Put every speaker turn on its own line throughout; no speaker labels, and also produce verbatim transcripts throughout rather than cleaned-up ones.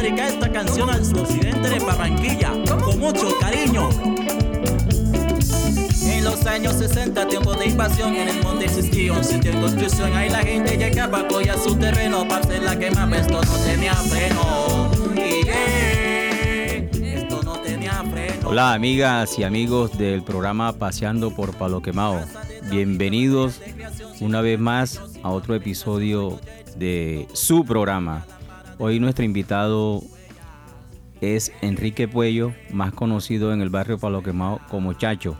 dedica esta canción al suroccidente de Barranquilla, con mucho cariño. En los años sesenta, tiempo de invasión, en el monte existía un sitio en construcción. Ahí la gente llegaba a apoyar su terreno para hacer la quema, esto no tenía freno. Y eh, esto no tenía freno.
Hola amigas y amigos del programa Paseando por Palo Quemado. Bienvenidos una vez más a otro episodio de su programa. Hoy nuestro invitado es Enrique Puello, más conocido en el barrio Palo Quemado como Chacho,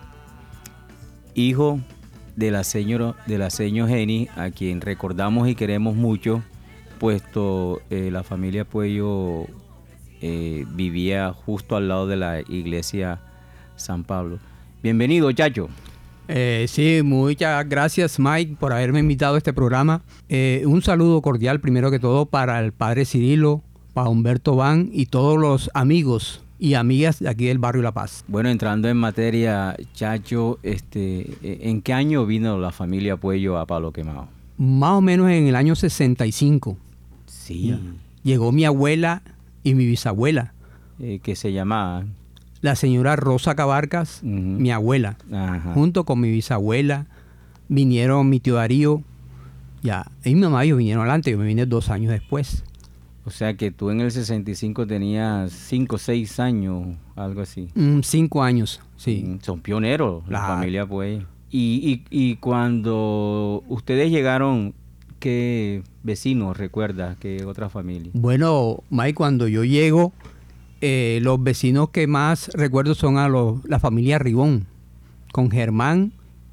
hijo de la señora de la señora Jenny, a quien recordamos y queremos mucho, puesto eh, la familia Puello eh, vivía justo al lado de la iglesia San Pablo. Bienvenido, Chacho.
Eh, sí, muchas gracias, Mike, por haberme invitado a este programa. Eh, un saludo cordial, primero que todo, para el padre Cirilo, para Humberto Van y todos los amigos y amigas de aquí del barrio La Paz.
Bueno, entrando en materia, Chacho, este, ¿en qué año vino la familia Puello a Palo Quemado?
Más o menos en el año sesenta y cinco.
Sí.
Ya. Llegó mi abuela y mi bisabuela.
Eh, ¿Qué se llamaba?
La señora Rosa Cabarcas, uh-huh. mi abuela,
Ajá.
junto con mi bisabuela, vinieron mi tío Darío, ya, y mi mamá, ellos vinieron adelante, yo me vine dos años después.
O sea que tú en el sesenta y cinco tenías cinco o seis años, algo así.
Mm, cinco años, sí.
Mm, son pioneros, la, la familia pues. Y, y, y cuando ustedes llegaron, ¿qué vecinos recuerdas? ¿Qué otra familia?
Bueno, Mike, cuando yo llego, eh, los vecinos que más recuerdo son a los, la familia Ribón, con Germán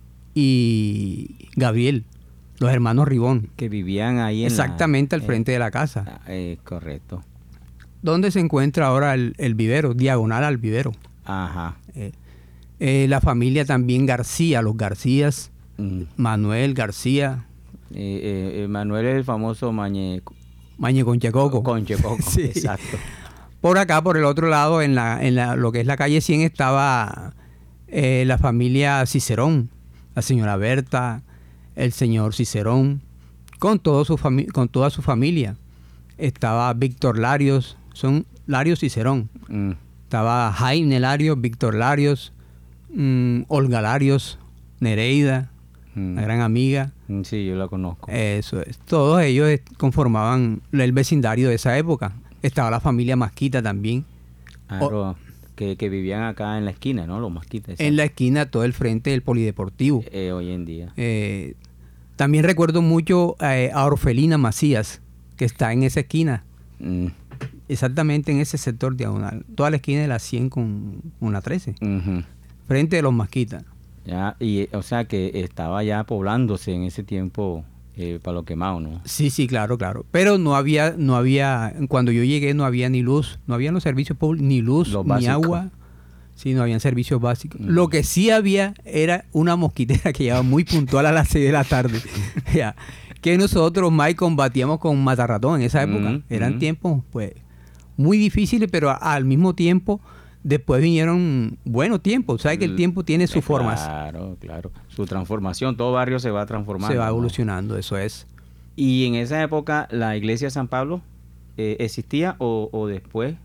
y Gabriel. Los hermanos Ribón.
Que vivían ahí en
exactamente
la,
al frente eh, de la casa.
Eh, correcto.
¿Dónde se encuentra ahora el, el vivero? Diagonal al vivero.
Ajá.
Eh, eh, la familia también García, los Garcías. Mm. Manuel García.
Eh, eh, Manuel es el famoso Mañe...
Mañe Conchecoco.
Conchecoco, sí. Exacto.
Por acá, por el otro lado, en la, en la, lo que es la calle cien, estaba eh, la familia Cicerón. La señora Berta, el señor Cicerón, con, todo su fami- con toda su familia. Estaba Víctor Larios, son Larios Cicerón. Mm. Estaba Jaime Larios, Víctor Larios, mmm, Olga Larios, Nereida, mm. una gran amiga.
Sí, yo la conozco.
Eso es. Todos ellos conformaban el vecindario de esa época. Estaba la familia Masquita también.
Claro, o, que, que vivían acá en la esquina, ¿no? Los Masquitas.
En la esquina, todo el frente del polideportivo.
Eh, hoy en día.
Eh, también recuerdo mucho eh, a Orfelina Macías, que está en esa esquina. Mm. Exactamente en ese sector diagonal. Toda la esquina de la cien con una trece. Uh-huh. Frente de los Masquitas.
Ya, y o sea que estaba ya poblándose en ese tiempo eh, Palo Quemado, ¿no?
Sí, sí, claro, claro. Pero no había, no había, cuando yo llegué no había ni luz, no habían los servicios públicos, ni luz,
los
ni
básicos.
Agua. Sí, no habían servicios básicos. Mm. Lo que sí había era una mosquitera que llegaba muy puntual a las seis de la tarde. Ya, que nosotros, Mike, combatíamos con matarratón en esa época. Mm, Eran mm. tiempos, pues, muy difíciles, pero a, al mismo tiempo, después vinieron buenos tiempos. ¿Sabes que el tiempo tiene sus
eh,
formas?
Claro, claro. Su transformación, todo barrio se va transformando.
Se va evolucionando, ¿no? Eso es.
¿Y en esa época la iglesia San Pablo eh, existía o, o después?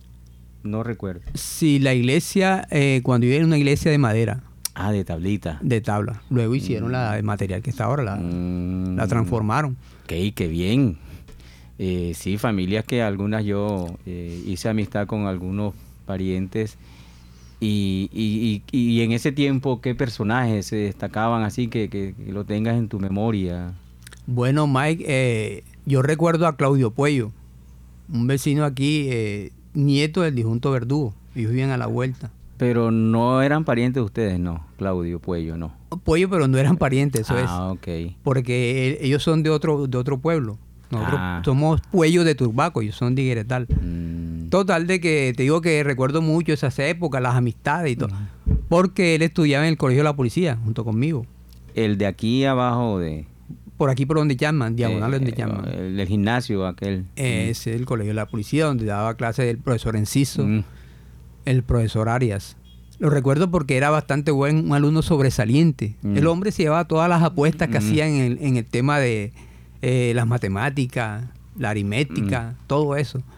No recuerdo.
Sí, la iglesia, eh, cuando yo era una iglesia de madera.
Ah, de tablita.
De tabla. Luego hicieron mm. la de material que está ahora, la, mm. la transformaron.
Ok, qué bien. Eh, sí, familias que algunas yo eh, hice amistad con algunos parientes y, y, y, y en ese tiempo, ¿qué personajes se destacaban así que, que, que lo tengas en tu memoria?
Bueno, Mike, eh, yo recuerdo a Claudio Puello, un vecino aquí, eh, nieto del difunto Verdugo. Ellos vivían a la vuelta.
Pero no eran parientes de ustedes, no, Claudio Puello, no.
Puello, pero no eran parientes, eso
ah,
es.
Ah, ok.
Porque ellos son de otro, de otro pueblo. Nosotros ah. somos Puello de Turbaco, ellos son de Igueretal. Mm. Total de que te digo que recuerdo mucho esas épocas, las amistades y todo. Mm. Porque él estudiaba en el colegio de la policía, junto conmigo.
¿El de aquí abajo de...?
Por aquí por donde llaman, diagonal eh, donde llaman.
El del gimnasio aquel.
Eh, mm. Es el colegio de la policía, donde daba clase el profesor Enciso, mm. el profesor Arias. Lo recuerdo porque era bastante buen, un alumno sobresaliente. Mm. El hombre se llevaba todas las apuestas que mm. hacían en el, en el tema de eh, las matemáticas, la aritmética, mm. todo eso.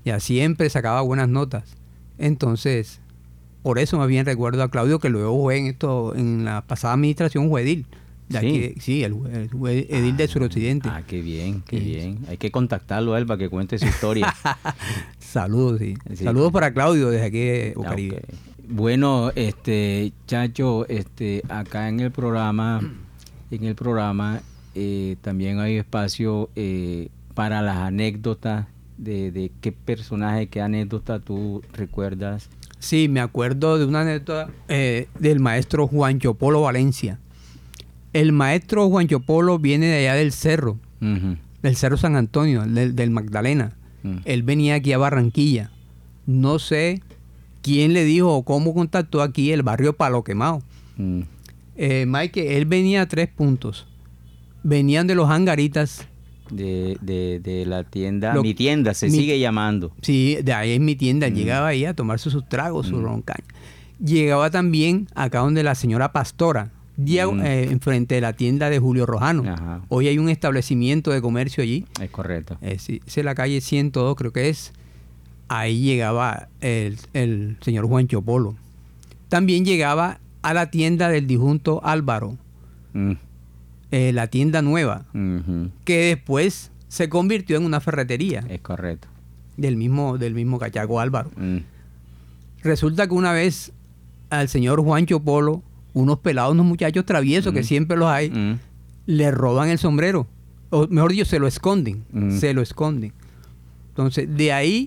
Ya siempre sacaba buenas notas. Entonces, por eso más bien recuerdo a Claudio, que luego fue en esto, en la pasada administración fue edil. De
Sí.
aquí, sí, el, el edil del suroccidente.
Ah, qué bien, qué
Sí.
bien. Hay que contactarlo a él para que cuente su historia.
Saludos, sí.
Sí.
Saludos para Claudio desde aquí de
Ah,
Bocaribe.
ok. Bueno, este, Chacho, este, acá en el programa, en el programa eh, también hay espacio eh, para las anécdotas de, de qué personaje, qué anécdota tú recuerdas.
Sí, me acuerdo de una anécdota eh, del maestro Juancho Polo Valencia. El maestro Juancho Polo viene de allá del cerro,
Ujú.
del Cerro San Antonio, del, del Magdalena.
Mm.
Él venía aquí a Barranquilla. No sé quién le dijo o cómo contactó aquí el barrio Palo Quemado.
Mm.
Eh, Mike, él venía a tres puntos. Venían de los hangaritas.
De, de, de la tienda,
Lo-
mi tienda se
mi-
sigue llamando.
Sí, de ahí en mi tienda. Él
Mm.
llegaba ahí a tomarse sus tragos, su
Mm.
roncaña. Llegaba también acá donde la señora Pastora, dia-
Mm.
eh, enfrente de la tienda de Julio Rojano.
Ajá.
Hoy hay un establecimiento de comercio allí.
Es correcto.
Eh, sí, esa es la calle ciento dos, creo que es. Ahí llegaba el, el señor Juancho Polo. También llegaba a la tienda del disjunto Álvaro,
Mm.
eh, la tienda nueva,
Ujú.
que después se convirtió en una ferretería
Es correcto.
del mismo, del mismo cachaco Álvaro.
Mm.
Resulta que una vez al señor Juancho Polo, unos pelados, unos muchachos traviesos, que
Mm.
siempre los hay,
Mm.
le roban el sombrero. O mejor dicho, se lo esconden.
Mm.
Se lo esconden. Entonces, de ahí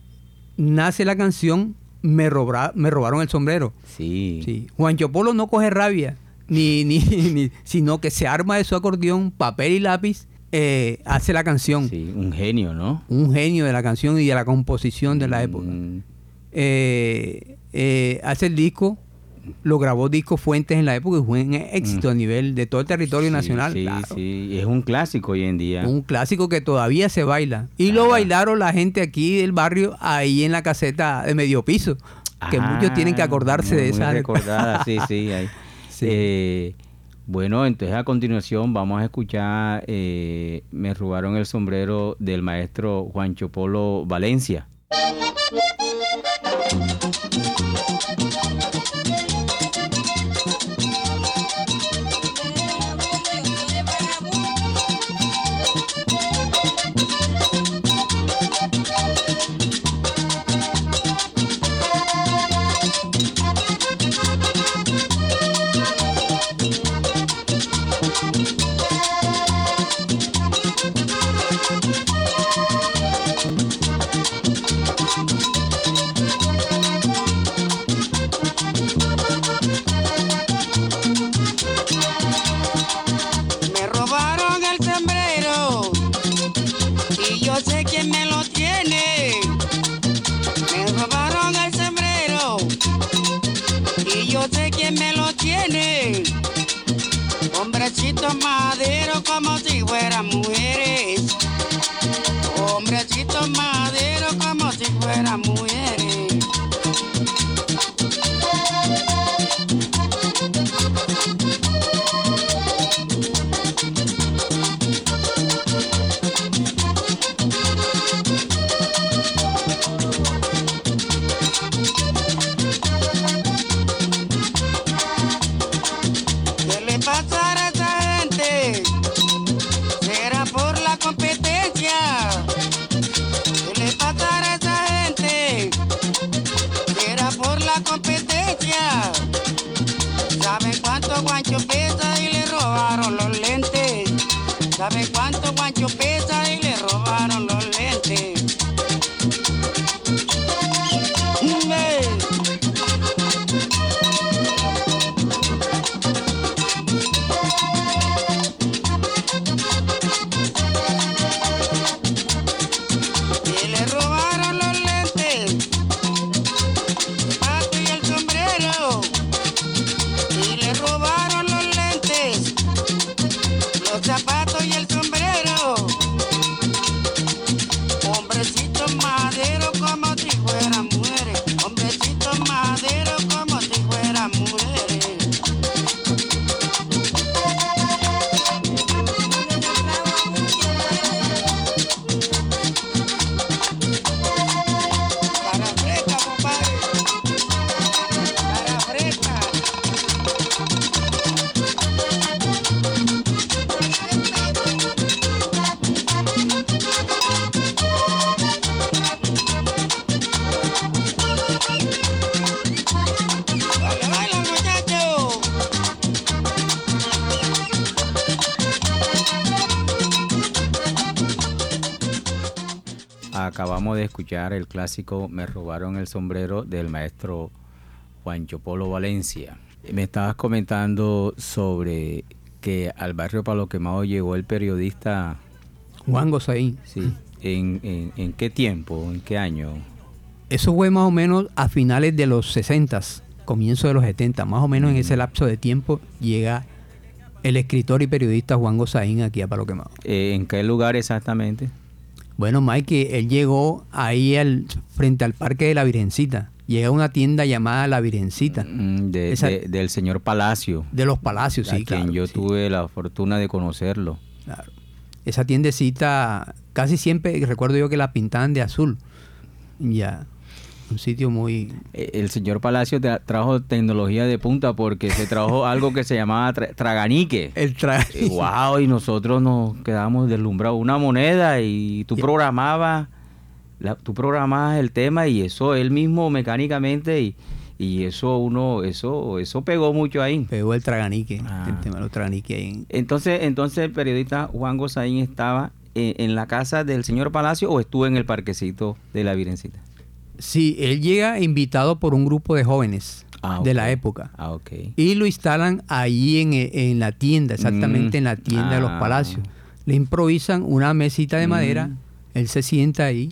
nace la canción Me, robra- me robaron el sombrero.
Sí.
Sí. Juancho Polo no coge rabia, ni, ni, ni- sino que se arma de su acordeón, papel y lápiz, eh, hace la canción.
Sí, un genio, ¿no?
Un genio de la canción y de la composición de la época.
Mm.
Eh, eh, hace el disco, lo grabó Disco Fuentes en la época y fue un éxito
Mm.
a nivel de todo el territorio
Sí,
nacional.
Sí,
claro.
sí, es un clásico hoy en día.
Un clásico que todavía se baila. Y
Claro.
lo bailaron la gente aquí del barrio, ahí en la caseta de Medio Piso, que
Ah,
muchos tienen que acordarse
muy,
de
muy
esa.
recordada, sí, sí. ahí.
Sí.
Eh, bueno, entonces a continuación vamos a escuchar eh, Me robaron el sombrero del maestro Juancho Polo Valencia.
Me robaron el sombrero y yo sé quién me lo tiene. Me robaron el sombrero y yo sé quién me lo tiene. Hombrecitos maderos como si fueran mujeres. Hombrecitos maderos como si fueran mujeres. ¿Qué le pasará a esa gente? ¿Será por la competencia? ¿Qué le pasará a esa gente? ¿Será por la competencia? ¿Saben cuánto Guancho pesa y le robaron los lentes? ¿Saben cuánto Guancho pesa y le robaron los lentes? ¡Ve! Y le robaron los lentes, el pato y el sombrero. Y le robaron los lentes, los zapatos y el sombrero. Hombrecitos maderos como si fueran mujeres. Hombrecitos maderos como si fueran mujeres.
acabamos de escuchar el clásico Me robaron el sombrero del maestro Juancho Polo Valencia. Me estabas comentando sobre que al barrio Palo Quemado llegó el periodista
Juan Gozaín.
Sí. ¿En, en, ¿En qué tiempo? ¿En qué año?
Eso fue más o menos a finales de los sesenta, comienzo de los setenta. Más o menos mm. en ese lapso de tiempo llega el escritor y periodista Juan Gozaín aquí a Palo Quemado.
Eh, ¿En qué lugar exactamente?
Bueno, Mike, él llegó ahí al, frente al Parque de la Virgencita. Llega a una tienda llamada La Virgencita.
De, Esa, de, del señor Palacio.
De los Palacios, sí,
claro. Quien yo
sí.
tuve la fortuna de conocerlo.
Claro. Esa tiendecita, casi siempre recuerdo yo que la pintaban de azul. Ya, un sitio muy...
El señor Palacio tra- trajo tecnología de punta porque se trajo algo que se llamaba tra- traganique.
El traganique.
Wow, y nosotros nos quedamos deslumbrados. Una moneda y tú programabas, la, tú programabas el tema y eso él mismo mecánicamente y, y eso uno, eso, eso pegó mucho ahí.
Pegó el traganique,
ah.
el tema de los traganique ahí.
Entonces, entonces el periodista Juan Gozaín estaba en, en la casa del señor Palacio o estuvo en el parquecito de la Virgencita.
Sí, él llega invitado por un grupo de jóvenes
ah, okay.
de la época.
Ah, okay.
Y lo instalan ahí en, en la tienda, exactamente mm. en la tienda ah. de los Palacios. Le improvisan una mesita de mm. madera, él se sienta ahí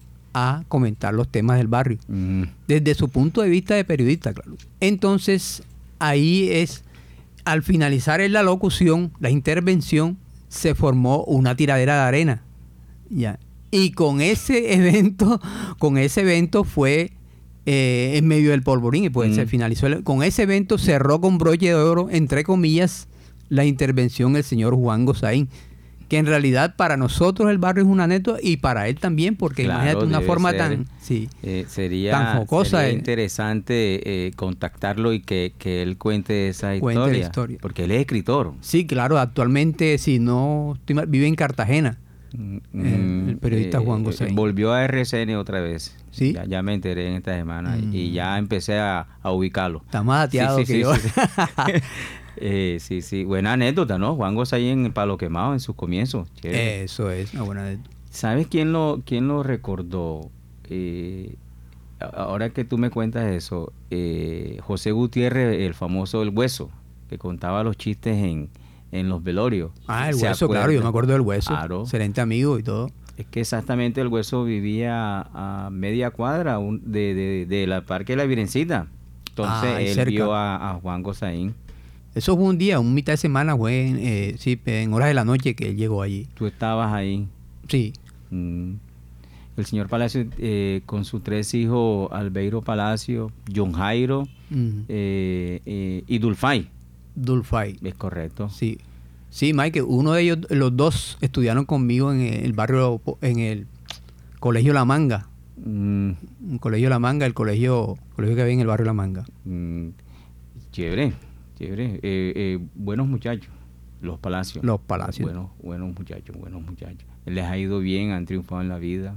a comentar los temas del barrio. Mm. Desde su punto de vista de periodista, claro. Entonces, ahí es, al finalizar en la locución, la intervención, se formó una tiradera de arena. Ya. Y con ese evento, con ese evento fue eh, en medio del polvorín y pues mm. se finalizó. El, con ese evento cerró con broche de oro, entre comillas, la intervención del señor Juan Gozaín, que en realidad para nosotros el barrio es una anécdota y para él también, porque claro, imagínate una forma ser, tan, sí,
eh, sería,
tan jocosa.
Sería
eh.
interesante eh, contactarlo y que, que él cuente esa
cuente
historia,
la historia,
porque él es escritor.
Sí, claro, actualmente si no vive en Cartagena.
Mm,
el, el periodista
eh,
Juan Gozaín.
Volvió a R C N otra vez.
¿Sí?
Ya, ya me enteré en esta semana
mm.
y ya empecé a, a ubicarlo.
Está más ateado
sí, sí,
que
sí,
yo.
Sí, sí. eh, sí, sí. Buena anécdota, ¿no? Juan Gozaín en Palo Quemado en sus comienzos. Chévere.
Eso es una buena anécdota.
¿Sabes quién lo, quién lo recordó? Eh, ahora que tú me cuentas eso, eh, José Gutiérrez, el famoso El Hueso, que contaba los chistes en... en los velorios.
Ah, el Hueso, claro, yo me acuerdo del Hueso. Claro. Excelente amigo y todo.
Es que exactamente el Hueso vivía a media cuadra un, de, de, de la Parque de la Virgencita. Entonces ah, él cerca. vio a, a Juan Gozaín.
Eso fue un día, un mitad de semana, fue en, eh, sí, en horas de la noche que él llegó allí.
¿Tú estabas ahí?
Sí.
Mm. El señor Palacio eh, con sus tres hijos, Albeiro Palacio, John Jairo mm. eh, eh, y Dulfay.
Dulfay.
Es correcto.
Sí. Sí, Mike, uno de ellos, los dos estudiaron conmigo en el barrio, en el Colegio La Manga. Mm. Un colegio La Manga, el colegio, colegio que había en el barrio La Manga.
Mm. Chévere, chévere. Eh, eh, buenos muchachos, los Palacios.
Los Palacios.
Buenos, buenos muchachos, buenos muchachos. Les ha ido bien, han triunfado en la vida.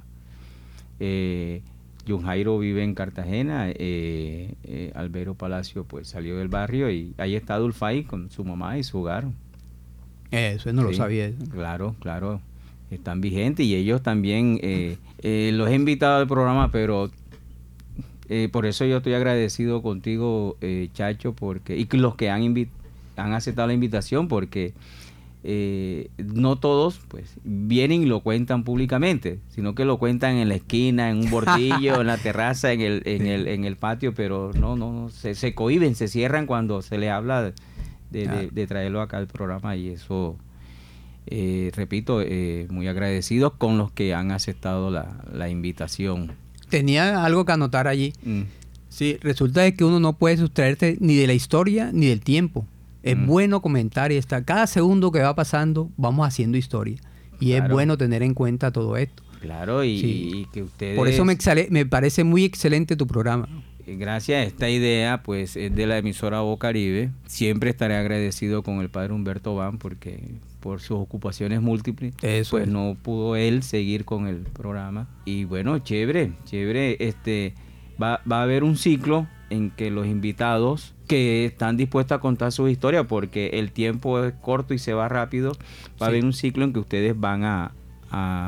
Eh, John Jairo vive en Cartagena, eh, eh, Albeiro Palacio pues salió del barrio y ahí está Dulfay con su mamá y su hogar.
Eso no sí, lo sabía.
Claro, claro, están vigentes y ellos también, eh, eh, los he invitado al programa, pero eh, por eso yo estoy agradecido contigo, eh, Chacho, porque y los que han, invi- han aceptado la invitación, porque Eh, no todos pues vienen y lo cuentan públicamente, sino que lo cuentan en la esquina, en un bordillo, en la terraza, en el, en el, en el patio, pero no, no, no se, se cohíben, se cierran cuando se les habla de, de, de, de traerlo acá al programa y eso, eh, repito, eh, muy agradecidos con los que han aceptado la, la invitación.
Tenía algo que anotar allí.
Mm.
Sí, resulta de que uno no puede sustraerse ni de la historia ni del tiempo. Es mm. bueno comentar y estar. Cada segundo que va pasando, vamos haciendo historia. Y claro. es bueno tener en cuenta todo esto.
Claro, y,
sí.
y que ustedes...
Por eso me, exale, me parece muy excelente tu programa.
Gracias a esta idea, pues, es de la emisora Voz Caribe. Siempre estaré agradecido con el padre Humberto Van, porque por sus ocupaciones múltiples,
eso
pues
es.
no pudo él seguir con el programa. Y bueno, chévere, chévere. Este, va, va a haber un ciclo en que los invitados que están dispuestos a contar sus historias, porque el tiempo es corto y se va rápido, va sí. a haber un ciclo en que ustedes van a, a,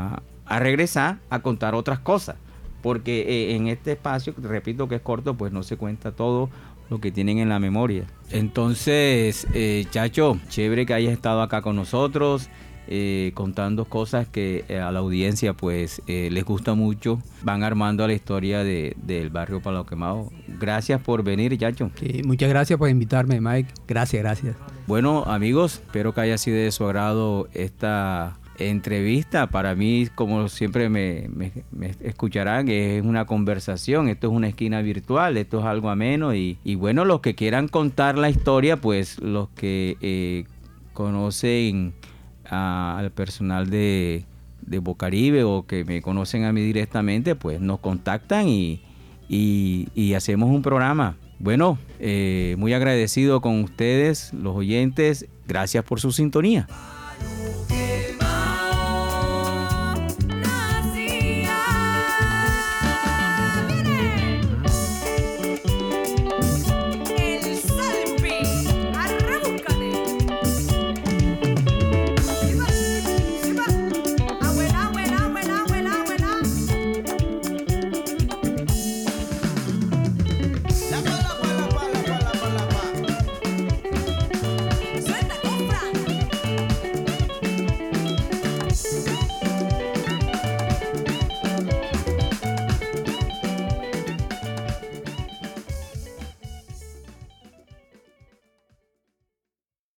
a regresar a contar otras cosas. Porque eh, en este espacio, repito que es corto, pues no se cuenta todo lo que tienen en la memoria. Entonces, eh, Chacho, chévere que hayas estado acá con nosotros, eh, contando cosas que eh, a la audiencia pues eh, les gusta mucho. Van armando la historia de, del barrio Palo Quemado. Gracias por venir, Chacho.
Sí, muchas gracias por invitarme, Mike. Gracias, gracias.
Bueno, amigos, espero que haya sido de su agrado esta entrevista. Para mí, como siempre me, me, me escucharán, es una conversación, esto es una esquina virtual, esto es algo ameno y, y bueno, los que quieran contar la historia, pues los que eh, conocen a, al personal de, de Bocaribe o que me conocen a mí directamente, pues nos contactan y, y, y hacemos un programa. Bueno, eh, muy agradecido con ustedes, los oyentes, gracias por su sintonía.